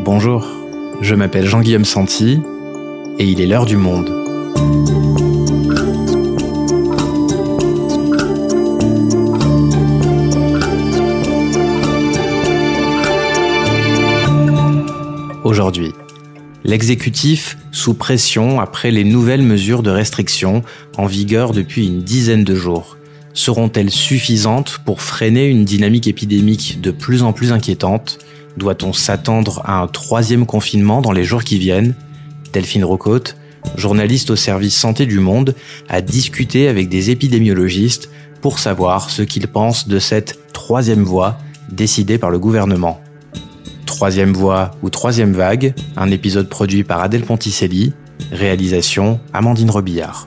Bonjour, je m'appelle Jean-Guillaume Santi et il est l'heure du monde. Aujourd'hui, l'exécutif sous pression après les nouvelles mesures de restriction en vigueur depuis une dizaine de jours. Seront-elles suffisantes pour freiner une dynamique épidémique de plus en plus inquiétante ? Doit-on s'attendre à un troisième confinement dans les jours qui viennent ? Delphine Rocotte, journaliste au service Santé du Monde, a discuté avec des épidémiologistes pour savoir ce qu'ils pensent de cette troisième voie décidée par le gouvernement. Troisième voie ou troisième vague, un épisode produit par Adèle Ponticelli, réalisation Amandine Robillard.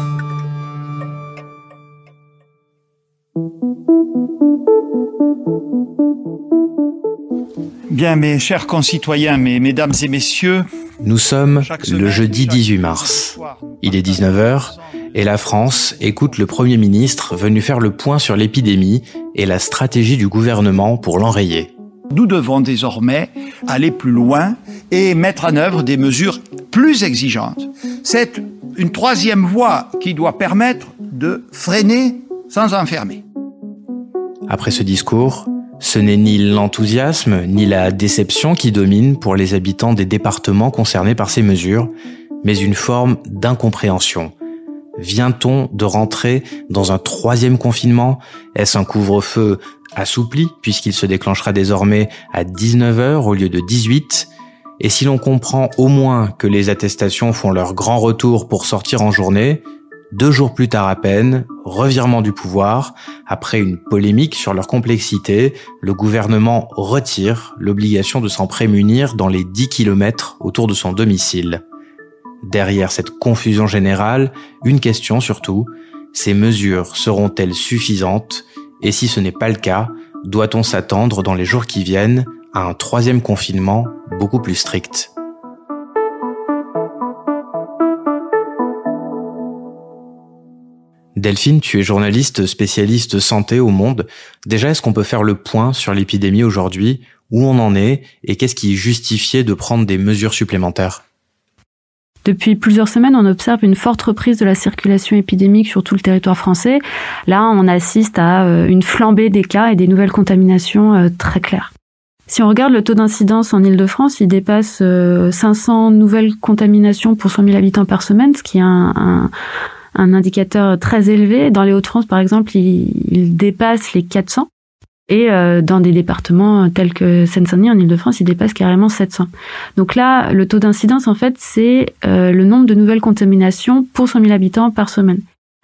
Bien, mes chers concitoyens, mesdames et messieurs, nous sommes le jeudi 18 mars. Il est 19h et la France écoute le Premier ministre venu faire le point sur l'épidémie et la stratégie du gouvernement pour l'enrayer. Nous devons désormais aller plus loin et mettre en œuvre des mesures plus exigeantes. C'est une troisième voie qui doit permettre de freiner sans enfermer. Après ce discours, ce n'est ni l'enthousiasme ni la déception qui domine pour les habitants des départements concernés par ces mesures, mais une forme d'incompréhension. Vient-on de rentrer dans un troisième confinement ? Est-ce un couvre-feu assoupli puisqu'il se déclenchera désormais à 19h au lieu de 18h ? Et si l'on comprend au moins que les attestations font leur grand retour pour sortir en journée, 2 jours plus tard à peine, revirement du pouvoir, après une polémique sur leur complexité, le gouvernement retire l'obligation de s'en prémunir dans les 10 km autour de son domicile. Derrière cette confusion générale, une question surtout, ces mesures seront-elles suffisantes ? Et si ce n'est pas le cas, doit-on s'attendre dans les jours qui viennent à un troisième confinement beaucoup plus strict ? Delphine, tu es journaliste spécialiste santé au Monde. Déjà, est-ce qu'on peut faire le point sur l'épidémie aujourd'hui ? Où on en est et qu'est-ce qui justifiait de prendre des mesures supplémentaires ? Depuis plusieurs semaines, on observe une forte reprise de la circulation épidémique sur tout le territoire français. Là, on assiste à une flambée des cas et des nouvelles contaminations très claires. Si on regarde le taux d'incidence en Île-de-France, il dépasse 500 nouvelles contaminations pour 100 000 habitants par semaine, ce qui est un indicateur très élevé. Dans les Hauts-de-France, par exemple, il dépasse les 400. Et dans des départements tels que Seine-Saint-Denis, en Île-de-France, il dépasse carrément 700. Donc là, le taux d'incidence, en fait, c'est le nombre de nouvelles contaminations pour 100 000 habitants par semaine.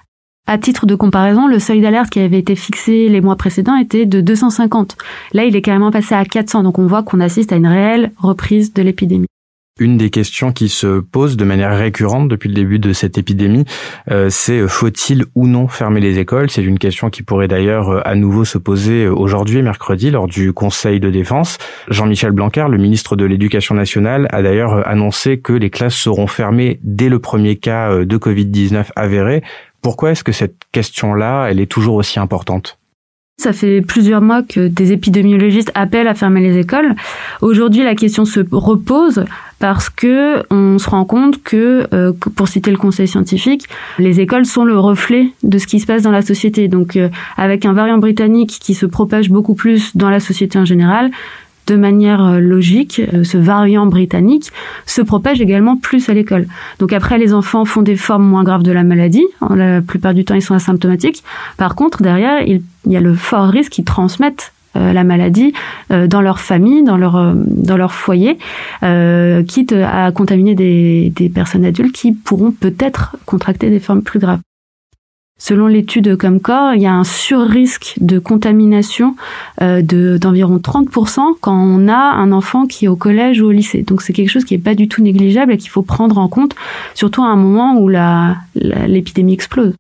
À titre de comparaison, le seuil d'alerte qui avait été fixé les mois précédents était de 250. Là, il est carrément passé à 400. Donc on voit qu'on assiste à une réelle reprise de l'épidémie. Une des questions qui se pose de manière récurrente depuis le début de cette épidémie, c'est faut-il ou non fermer les écoles ? C'est une question qui pourrait d'ailleurs à nouveau se poser aujourd'hui, mercredi, lors du Conseil de défense. Jean-Michel Blanquer, le ministre de l'Éducation nationale, a d'ailleurs annoncé que les classes seront fermées dès le premier cas de Covid-19 avéré. Pourquoi est-ce que cette question-là, elle est toujours aussi importante ? Ça fait plusieurs mois que des épidémiologistes appellent à fermer les écoles. Aujourd'hui, la question se repose parce que on se rend compte que, pour citer le conseil scientifique, les écoles sont le reflet de ce qui se passe dans la société. Donc, avec un variant britannique qui se propage beaucoup plus dans la société en général, de manière logique, ce variant britannique se propage également plus à l'école. Donc après, les enfants font des formes moins graves de la maladie. La plupart du temps, ils sont asymptomatiques. Par contre, derrière, il y a le fort risque qu'ils transmettent la maladie dans leur famille, dans leur foyer, quitte à contaminer des personnes adultes qui pourront peut-être contracter des formes plus graves. Selon l'étude Comscore, il y a un surrisque de contamination d'environ 30% quand on a un enfant qui est au collège ou au lycée. Donc c'est quelque chose qui n'est pas du tout négligeable et qu'il faut prendre en compte, surtout à un moment où l'épidémie explose.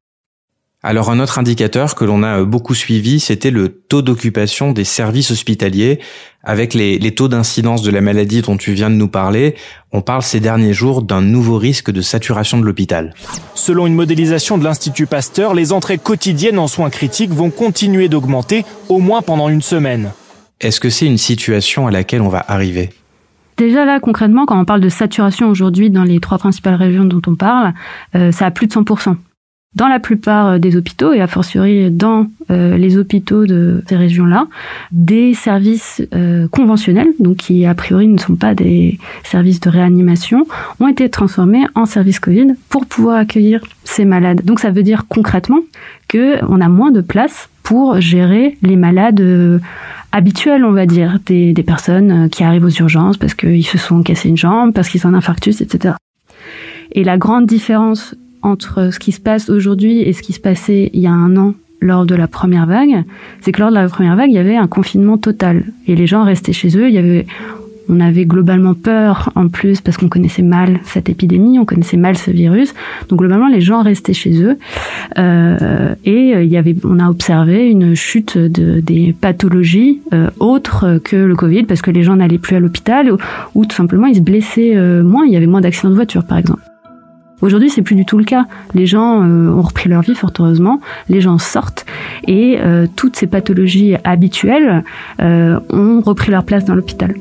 Alors un autre indicateur que l'on a beaucoup suivi, c'était le taux d'occupation des services hospitaliers. Avec les taux d'incidence de la maladie dont tu viens de nous parler, on parle ces derniers jours d'un nouveau risque de saturation de l'hôpital. Selon une modélisation de l'Institut Pasteur, les entrées quotidiennes en soins critiques vont continuer d'augmenter, au moins pendant une semaine. Est-ce que c'est une situation à laquelle on va arriver ? Déjà là, concrètement, quand on parle de saturation aujourd'hui dans les 3 principales régions dont on parle, ça a plus de 100%. Dans la plupart des hôpitaux, et a fortiori dans les hôpitaux de ces régions-là, des services conventionnels, donc qui a priori ne sont pas des services de réanimation, ont été transformés en services Covid pour pouvoir accueillir ces malades. Donc ça veut dire concrètement qu'on a moins de place pour gérer les malades habituels, on va dire, des personnes qui arrivent aux urgences parce qu'ils se sont cassés une jambe, parce qu'ils ont un infarctus, etc. Et la grande différence entre ce qui se passe aujourd'hui et ce qui se passait il y a 1 an lors de la première vague, c'est que lors de la première vague, il y avait un confinement total. Et les gens restaient chez eux. On avait globalement peur en plus parce qu'on connaissait mal cette épidémie, on connaissait mal ce virus. Donc globalement, les gens restaient chez eux. On a observé une chute des pathologies autres que le Covid parce que les gens n'allaient plus à l'hôpital ou tout simplement ils se blessaient moins. Il y avait moins d'accidents de voiture, par exemple. Aujourd'hui, c'est plus du tout le cas. Les gens ont repris leur vie, fort heureusement. Les gens sortent et toutes ces pathologies habituelles ont repris leur place dans l'hôpital.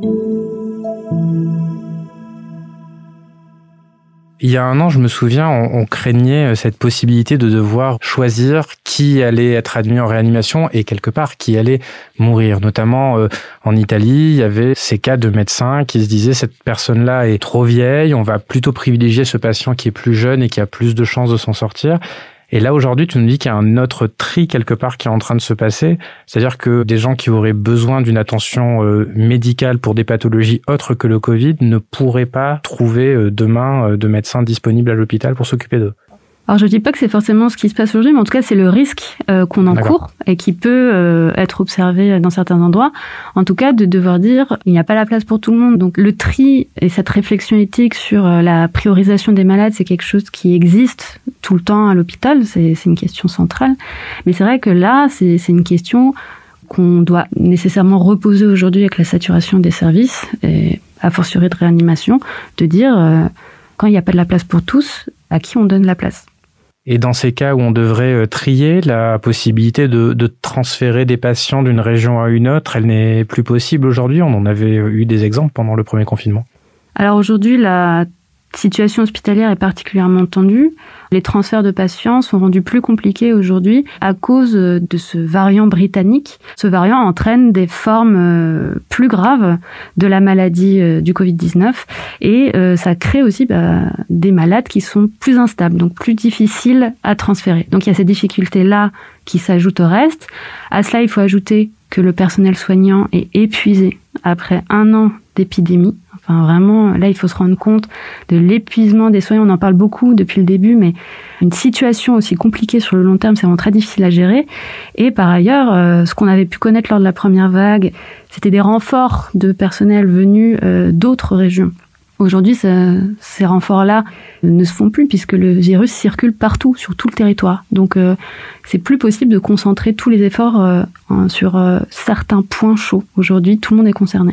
Il y a 1 an, je me souviens, on craignait cette possibilité de devoir choisir qui allait être admis en réanimation et quelque part qui allait mourir. Notamment en Italie, il y avait ces cas de médecins qui se disaient cette personne-là est trop vieille, on va plutôt privilégier ce patient qui est plus jeune et qui a plus de chances de s'en sortir. Et là, aujourd'hui, tu nous dis qu'il y a un autre tri quelque part qui est en train de se passer. C'est-à-dire que des gens qui auraient besoin d'une attention médicale pour des pathologies autres que le Covid ne pourraient pas trouver demain de médecins disponibles à l'hôpital pour s'occuper d'eux. Alors, je dis pas que c'est forcément ce qui se passe aujourd'hui, mais en tout cas, c'est le risque qu'on encourt et qui peut être observé dans certains endroits. En tout cas, de devoir dire, il n'y a pas la place pour tout le monde. Donc, le tri et cette réflexion éthique sur la priorisation des malades, c'est quelque chose qui existe tout le temps à l'hôpital. C'est une question centrale. Mais c'est vrai que là, c'est une question qu'on doit nécessairement reposer aujourd'hui avec la saturation des services, et a fortiori de réanimation, de dire, quand il n'y a pas de la place pour tous, à qui on donne la place ? Et dans ces cas où on devrait trier, la possibilité de transférer des patients d'une région à une autre, elle n'est plus possible aujourd'hui. On en avait eu des exemples pendant le premier confinement. Alors aujourd'hui, la situation hospitalière est particulièrement tendue. Les transferts de patients sont rendus plus compliqués aujourd'hui à cause de ce variant britannique. Ce variant entraîne des formes plus graves de la maladie du Covid-19 et ça crée aussi des malades qui sont plus instables, donc plus difficiles à transférer. Donc il y a ces difficultés-là qui s'ajoutent au reste. À cela, il faut ajouter que le personnel soignant est épuisé après 1 an d'épidémie. Enfin, vraiment, là, il faut se rendre compte de l'épuisement des soignants. On en parle beaucoup depuis le début, mais une situation aussi compliquée sur le long terme, c'est vraiment très difficile à gérer. Et par ailleurs, ce qu'on avait pu connaître lors de la première vague, c'était des renforts de personnel venus d'autres régions. Aujourd'hui, ces renforts-là ne se font plus puisque le virus circule partout, sur tout le territoire. Donc, c'est plus possible de concentrer tous les efforts sur certains points chauds. Aujourd'hui, tout le monde est concerné.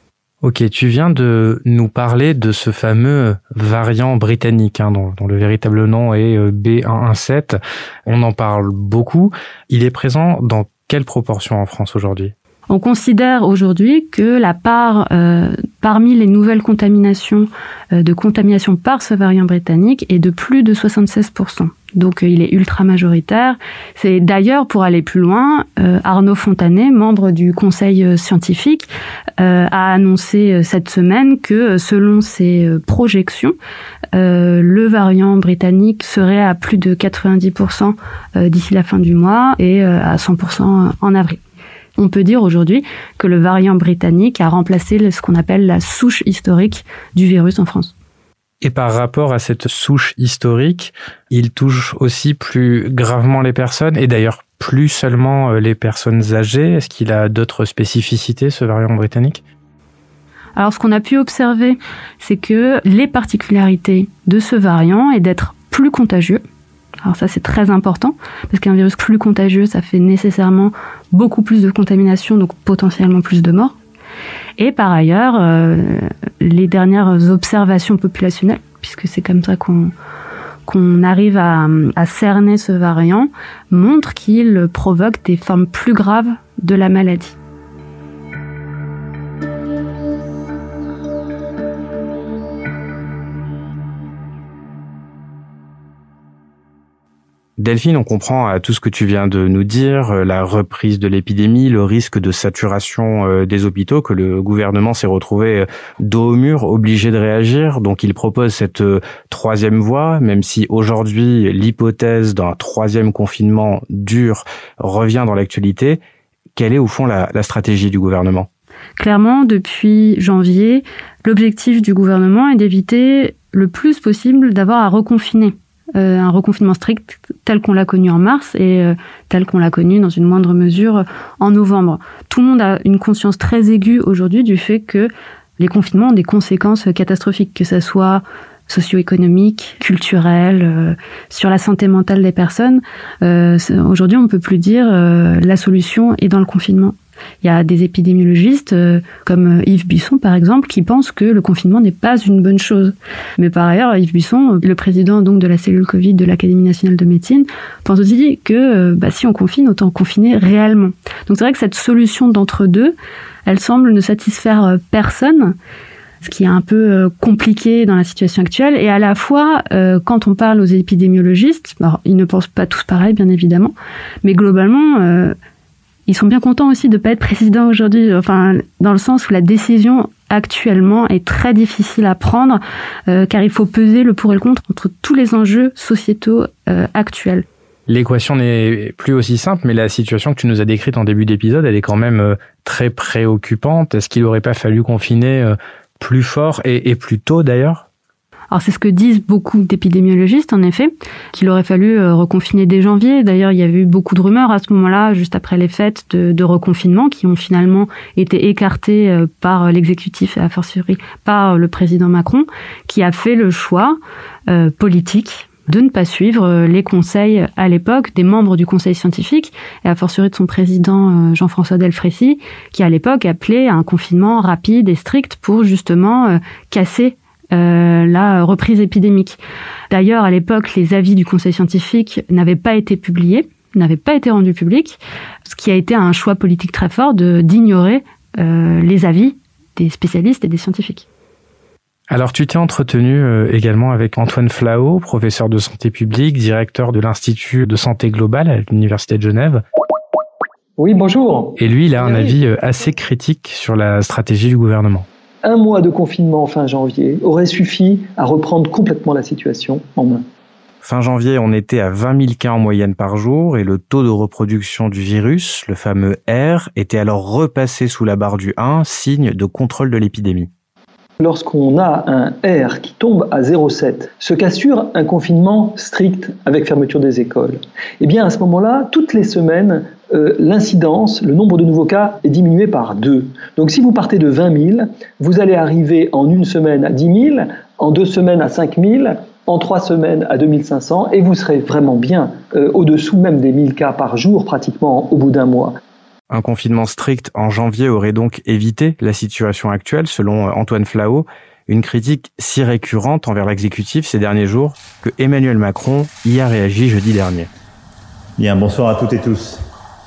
Ok, tu viens de nous parler de ce fameux variant britannique, dont le véritable nom est B117. On en parle beaucoup. Il est présent dans quelle proportion en France aujourd'hui ? On considère aujourd'hui que la part parmi les nouvelles contaminations de contamination par ce variant britannique est de plus de 76%. Donc il est ultra majoritaire. C'est d'ailleurs, pour aller plus loin, Arnaud Fontanet, membre du conseil scientifique, a annoncé cette semaine que selon ses projections, le variant britannique serait à plus de 90% d'ici la fin du mois et à 100% en avril. On peut dire aujourd'hui que le variant britannique a remplacé ce qu'on appelle la souche historique du virus en France. Et par rapport à cette souche historique, il touche aussi plus gravement les personnes, et d'ailleurs plus seulement les personnes âgées. Est-ce qu'il a d'autres spécificités, ce variant britannique ? Alors, ce qu'on a pu observer, c'est que les particularités de ce variant est d'être plus contagieux. Alors ça, c'est très important, parce qu'un virus plus contagieux, ça fait nécessairement beaucoup plus de contamination, donc potentiellement plus de morts. Et par ailleurs, les dernières observations populationnelles, puisque c'est comme ça qu'on arrive à cerner ce variant, montrent qu'il provoque des formes plus graves de la maladie. Delphine, on comprend à tout ce que tu viens de nous dire, la reprise de l'épidémie, le risque de saturation des hôpitaux, que le gouvernement s'est retrouvé dos au mur, obligé de réagir. Donc il propose cette troisième voie, même si aujourd'hui l'hypothèse d'un troisième confinement dur revient dans l'actualité. Quelle est au fond la stratégie du gouvernement ? Clairement, depuis janvier, l'objectif du gouvernement est d'éviter le plus possible d'avoir à reconfiner. Un reconfinement strict tel qu'on l'a connu en mars et tel qu'on l'a connu dans une moindre mesure en novembre. Tout le monde a une conscience très aiguë aujourd'hui du fait que les confinements ont des conséquences catastrophiques, que ça soit socio-économiques, culturelles, sur la santé mentale des personnes. Aujourd'hui, on ne peut plus dire la solution est dans le confinement. Il y a des épidémiologistes comme Yves Buisson, par exemple, qui pensent que le confinement n'est pas une bonne chose. Mais par ailleurs, Yves Buisson, le président donc de la cellule Covid de l'Académie nationale de médecine, pense aussi que si on confine, autant confiner réellement. Donc c'est vrai que cette solution d'entre-deux, elle semble ne satisfaire personne, ce qui est un peu compliqué dans la situation actuelle. Et à la fois, quand on parle aux épidémiologistes, alors, ils ne pensent pas tous pareil, bien évidemment, mais globalement... ils sont bien contents aussi de ne pas être président aujourd'hui, enfin, dans le sens où la décision actuellement est très difficile à prendre, car il faut peser le pour et le contre entre tous les enjeux sociétaux actuels. L'équation n'est plus aussi simple, mais la situation que tu nous as décrite en début d'épisode, elle est quand même très préoccupante. Est-ce qu'il n'aurait pas fallu confiner plus fort et plus tôt d'ailleurs ? Alors c'est ce que disent beaucoup d'épidémiologistes, en effet, qu'il aurait fallu reconfiner dès janvier. D'ailleurs, il y avait eu beaucoup de rumeurs à ce moment-là, juste après les fêtes de reconfinement, qui ont finalement été écartées par l'exécutif et a fortiori par le président Macron, qui a fait le choix politique de ne pas suivre les conseils à l'époque des membres du conseil scientifique et a fortiori de son président Jean-François Delfraissy, qui à l'époque appelait à un confinement rapide et strict pour justement casser la reprise épidémique. D'ailleurs, à l'époque, les avis du conseil scientifique n'avaient pas été publiés, n'avaient pas été rendus publics, ce qui a été un choix politique très fort d'ignorer les avis des spécialistes et des scientifiques. Alors, tu t'es entretenu également avec Antoine Flahault, professeur de santé publique, directeur de l'Institut de santé globale à l'Université de Genève. Oui, bonjour. Et lui, il a un avis assez critique sur la stratégie du gouvernement. 1 mois de confinement fin janvier aurait suffi à reprendre complètement la situation en main. Fin janvier, on était à 20 000 cas en moyenne par jour et le taux de reproduction du virus, le fameux R, était alors repassé sous la barre du 1, signe de contrôle de l'épidémie. Lorsqu'on a un R qui tombe à 0,7, ce qu'assure un confinement strict avec fermeture des écoles, eh bien à ce moment-là, toutes les semaines, l'incidence, le nombre de nouveaux cas est diminué par 2. Donc si vous partez de 20 000, vous allez arriver en 1 semaine à 10 000, en 2 semaines à 5 000, en 3 semaines à 2 500, et vous serez vraiment bien au-dessous même des 1000 cas par jour, pratiquement au bout d'1 mois. Un confinement strict en janvier aurait donc évité la situation actuelle, selon Antoine Flahault, une critique si récurrente envers l'exécutif ces derniers jours que Emmanuel Macron y a réagi jeudi dernier. Bien, bonsoir à toutes et tous.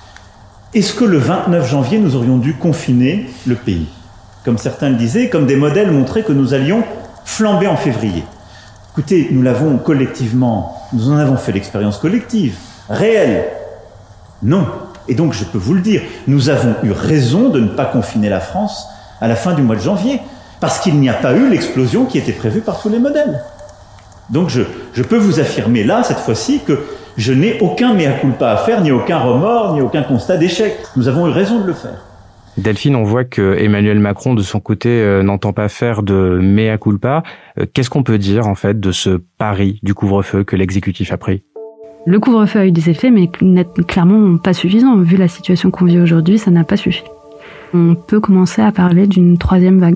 Est-ce que le 29 janvier, nous aurions dû confiner le pays ? Comme certains le disaient, comme des modèles montraient que nous allions flamber en février. Écoutez, nous l'avons collectivement, nous en avons fait l'expérience collective, réelle. Non. Et donc, je peux vous le dire, nous avons eu raison de ne pas confiner la France à la fin du mois de janvier, parce qu'il n'y a pas eu l'explosion qui était prévue par tous les modèles. Donc, je peux vous affirmer là, cette fois-ci, que je n'ai aucun mea culpa à faire, ni aucun remords, ni aucun constat d'échec. Nous avons eu raison de le faire. Delphine, on voit que Emmanuel Macron, de son côté, n'entend pas faire de mea culpa. Qu'est-ce qu'on peut dire, en fait, de ce pari du couvre-feu que l'exécutif a pris ? Le couvre-feu a eu des effets, mais clairement pas suffisants. Vu la situation qu'on vit aujourd'hui, ça n'a pas suffi. On peut commencer à parler d'une 3e vague.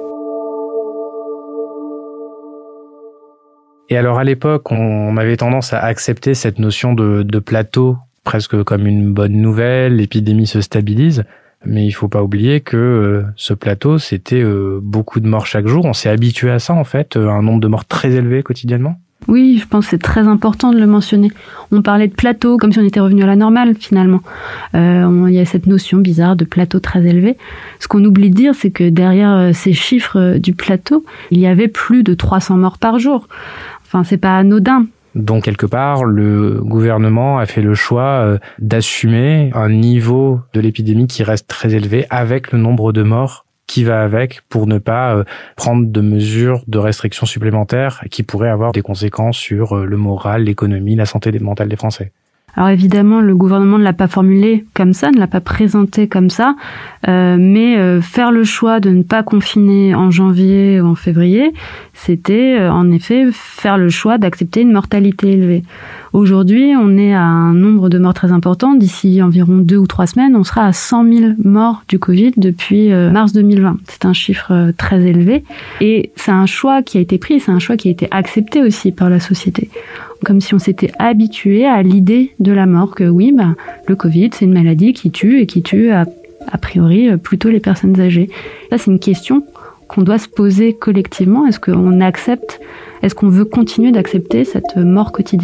Et alors à l'époque, on avait tendance à accepter cette notion de plateau presque comme une bonne nouvelle, l'épidémie se stabilise, mais il faut pas oublier que ce plateau, c'était beaucoup de morts chaque jour. On s'est habitué à ça en fait, un nombre de morts très élevé quotidiennement. Oui, je pense que c'est très important de le mentionner. On parlait de plateau comme si on était revenu à la normale finalement. Il y a cette notion bizarre de plateau très élevé. Ce qu'on oublie de dire, c'est que derrière ces chiffres du plateau, il y avait plus de 300 morts par jour. Enfin, c'est pas anodin. Donc quelque part, le gouvernement a fait le choix d'assumer un niveau de l'épidémie qui reste très élevé avec le nombre de morts qui va avec, pour ne pas prendre de mesures de restrictions supplémentaires qui pourraient avoir des conséquences sur le moral, l'économie, la santé mentale des Français. Alors évidemment, le gouvernement ne l'a pas formulé comme ça, ne l'a pas présenté comme ça, mais faire le choix de ne pas confiner en janvier ou en février, c'était en effet faire le choix d'accepter une mortalité élevée. Aujourd'hui, on est à un nombre de morts très important. D'ici environ 2 ou 3 semaines, on sera à 100 000 morts du Covid depuis mars 2020. C'est un chiffre très élevé. Et c'est un choix qui a été pris, c'est un choix qui a été accepté aussi par la société. Comme si on s'était habitué à l'idée de la mort, que oui, le Covid, c'est une maladie qui tue et qui tue a priori plutôt les personnes âgées. Ça, c'est une question qu'on doit se poser collectivement. Est-ce qu'on accepte, est-ce qu'on veut continuer d'accepter cette mort quotidienne ?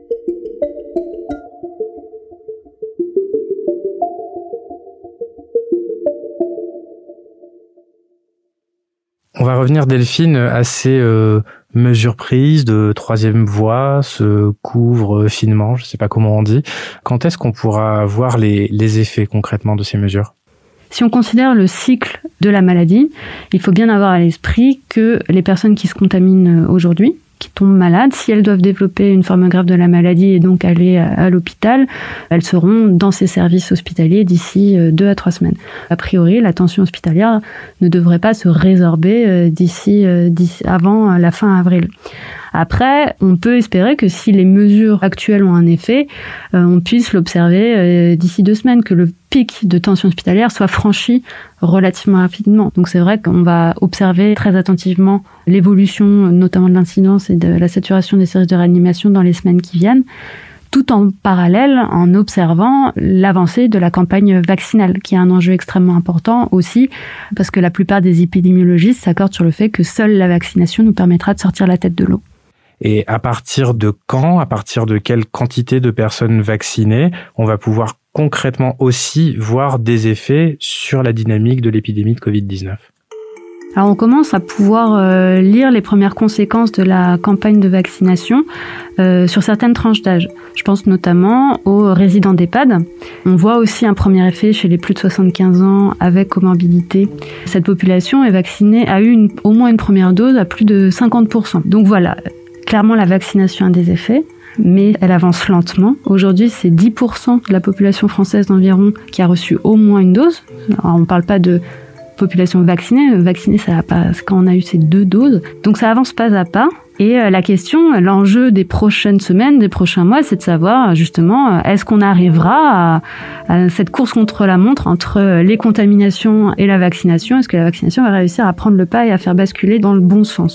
On va revenir, Delphine, à ces mesures prises de troisième voie, ce couvre-finement, je ne sais pas comment on dit. Quand est-ce qu'on pourra voir les effets concrètement de ces mesures ? Si on considère le cycle de la maladie, il faut bien avoir à l'esprit que les personnes qui se contaminent aujourd'hui, qui tombent malades, si elles doivent développer une forme grave de la maladie et donc aller à l'hôpital, elles seront dans ces services hospitaliers d'ici 2 à 3 semaines. A priori, la tension hospitalière ne devrait pas se résorber d'ici avant la fin avril. Après, on peut espérer que si les mesures actuelles ont un effet, on puisse l'observer d'ici 2 semaines, que le pic de tension hospitalière soit franchi relativement rapidement. Donc c'est vrai qu'on va observer très attentivement l'évolution, notamment de l'incidence et de la saturation des services de réanimation dans les semaines qui viennent, tout en parallèle en observant l'avancée de la campagne vaccinale, qui est un enjeu extrêmement important aussi, parce que la plupart des épidémiologistes s'accordent sur le fait que seule la vaccination nous permettra de sortir la tête de l'eau. Et à partir de quand, à partir de quelle quantité de personnes vaccinées, on va pouvoir concrètement aussi voir des effets sur la dynamique de l'épidémie de Covid-19 ? Alors on commence à pouvoir lire les premières conséquences de la campagne de vaccination sur certaines tranches d'âge. Je pense notamment aux résidents d'EHPAD. On voit aussi un premier effet chez les plus de 75 ans avec comorbidité. Cette population est vaccinée, a eu au moins une première dose à plus de 50%. Donc voilà, clairement la vaccination a des effets, mais elle avance lentement. Aujourd'hui, c'est 10% de la population française d'environ qui a reçu au moins une dose. Alors on ne parle pas de population vaccinée. Vaccinée, ça va pas, quand on a eu ces 2 doses. Donc ça avance pas à pas. Et la question, l'enjeu des prochaines semaines, des prochains mois, c'est de savoir justement, est-ce qu'on arrivera à cette course contre la montre entre les contaminations et la vaccination ? Est-ce que la vaccination va réussir à prendre le pas et à faire basculer dans le bon sens ?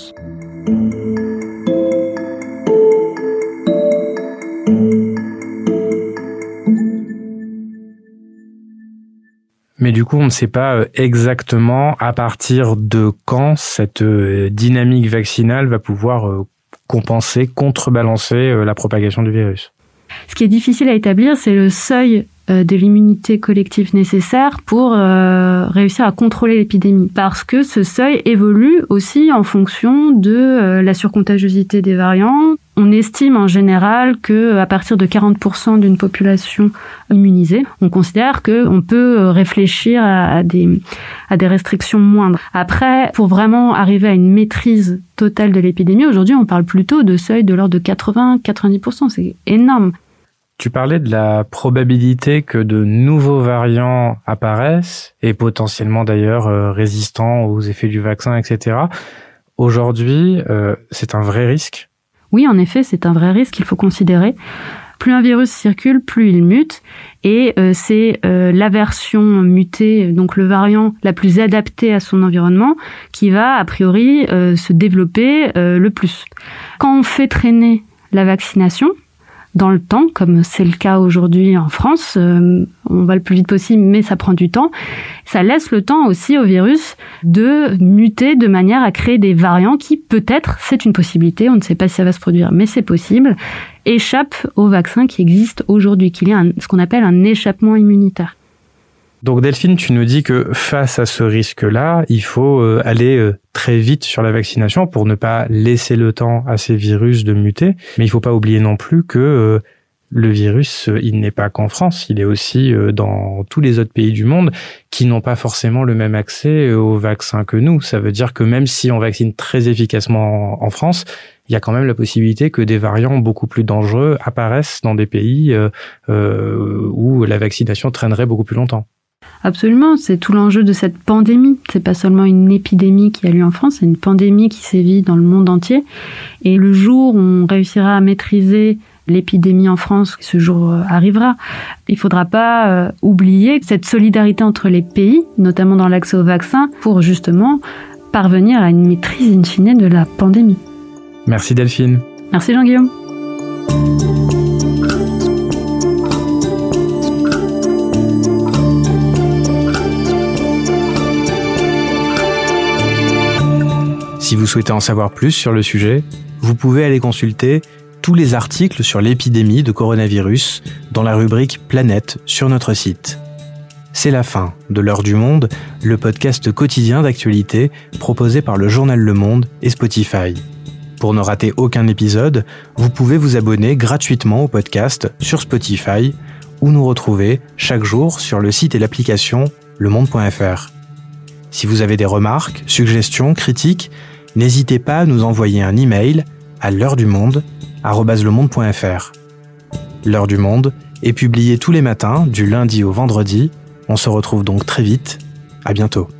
Mais du coup, on ne sait pas exactement à partir de quand cette dynamique vaccinale va pouvoir compenser, contrebalancer la propagation du virus. Ce qui est difficile à établir, c'est le seuil de l'immunité collective nécessaire pour réussir à contrôler l'épidémie. Parce que ce seuil évolue aussi en fonction de la surcontagiosité des variants. On estime en général qu'à partir de 40% d'une population immunisée, on considère qu'on peut réfléchir à des restrictions moindres. Après, pour vraiment arriver à une maîtrise totale de l'épidémie, aujourd'hui, on parle plutôt de seuil de l'ordre de 80-90%. C'est énorme. Tu parlais de la probabilité que de nouveaux variants apparaissent et potentiellement d'ailleurs résistants aux effets du vaccin, etc. Aujourd'hui, c'est un vrai risque. Oui, en effet, c'est un vrai risque qu'il faut considérer. Plus un virus circule, plus il mute. Et c'est la version mutée, donc le variant la plus adaptée à son environnement, qui va a priori se développer le plus. Quand on fait traîner la vaccination dans le temps, comme c'est le cas aujourd'hui en France, on va le plus vite possible, mais ça prend du temps. Ça laisse le temps aussi au virus de muter de manière à créer des variants qui, peut-être, c'est une possibilité, on ne sait pas si ça va se produire, mais c'est possible, échappent aux vaccins qui existent aujourd'hui, qu'il y a ce qu'on appelle un échappement immunitaire. Donc Delphine, tu nous dis que face à ce risque-là, il faut aller très vite sur la vaccination pour ne pas laisser le temps à ces virus de muter. Mais il faut pas oublier non plus que le virus, il n'est pas qu'en France, il est aussi dans tous les autres pays du monde qui n'ont pas forcément le même accès aux vaccins que nous. Ça veut dire que même si on vaccine très efficacement en France, il y a quand même la possibilité que des variants beaucoup plus dangereux apparaissent dans des pays où la vaccination traînerait beaucoup plus longtemps. Absolument, c'est tout l'enjeu de cette pandémie. C'est pas seulement une épidémie qui a lieu en France, c'est une pandémie qui sévit dans le monde entier. Et le jour où on réussira à maîtriser l'épidémie en France, ce jour arrivera. Il faudra pas oublier cette solidarité entre les pays, notamment dans l'accès au vaccin, pour justement parvenir à une maîtrise in fine de la pandémie. Merci Delphine. Merci Jean-Guillaume. Si vous souhaitez en savoir plus sur le sujet, vous pouvez aller consulter tous les articles sur l'épidémie de coronavirus dans la rubrique Planète sur notre site. C'est la fin de l'Heure du Monde, le podcast quotidien d'actualité proposé par le journal Le Monde et Spotify. Pour ne rater aucun épisode, vous pouvez vous abonner gratuitement au podcast sur Spotify ou nous retrouver chaque jour sur le site et l'application lemonde.fr. Si vous avez des remarques, suggestions, critiques, n'hésitez pas à nous envoyer un email à l'heuredumonde@lemonde.fr. L'Heure du Monde est publiée tous les matins du lundi au vendredi. On se retrouve donc très vite. À bientôt.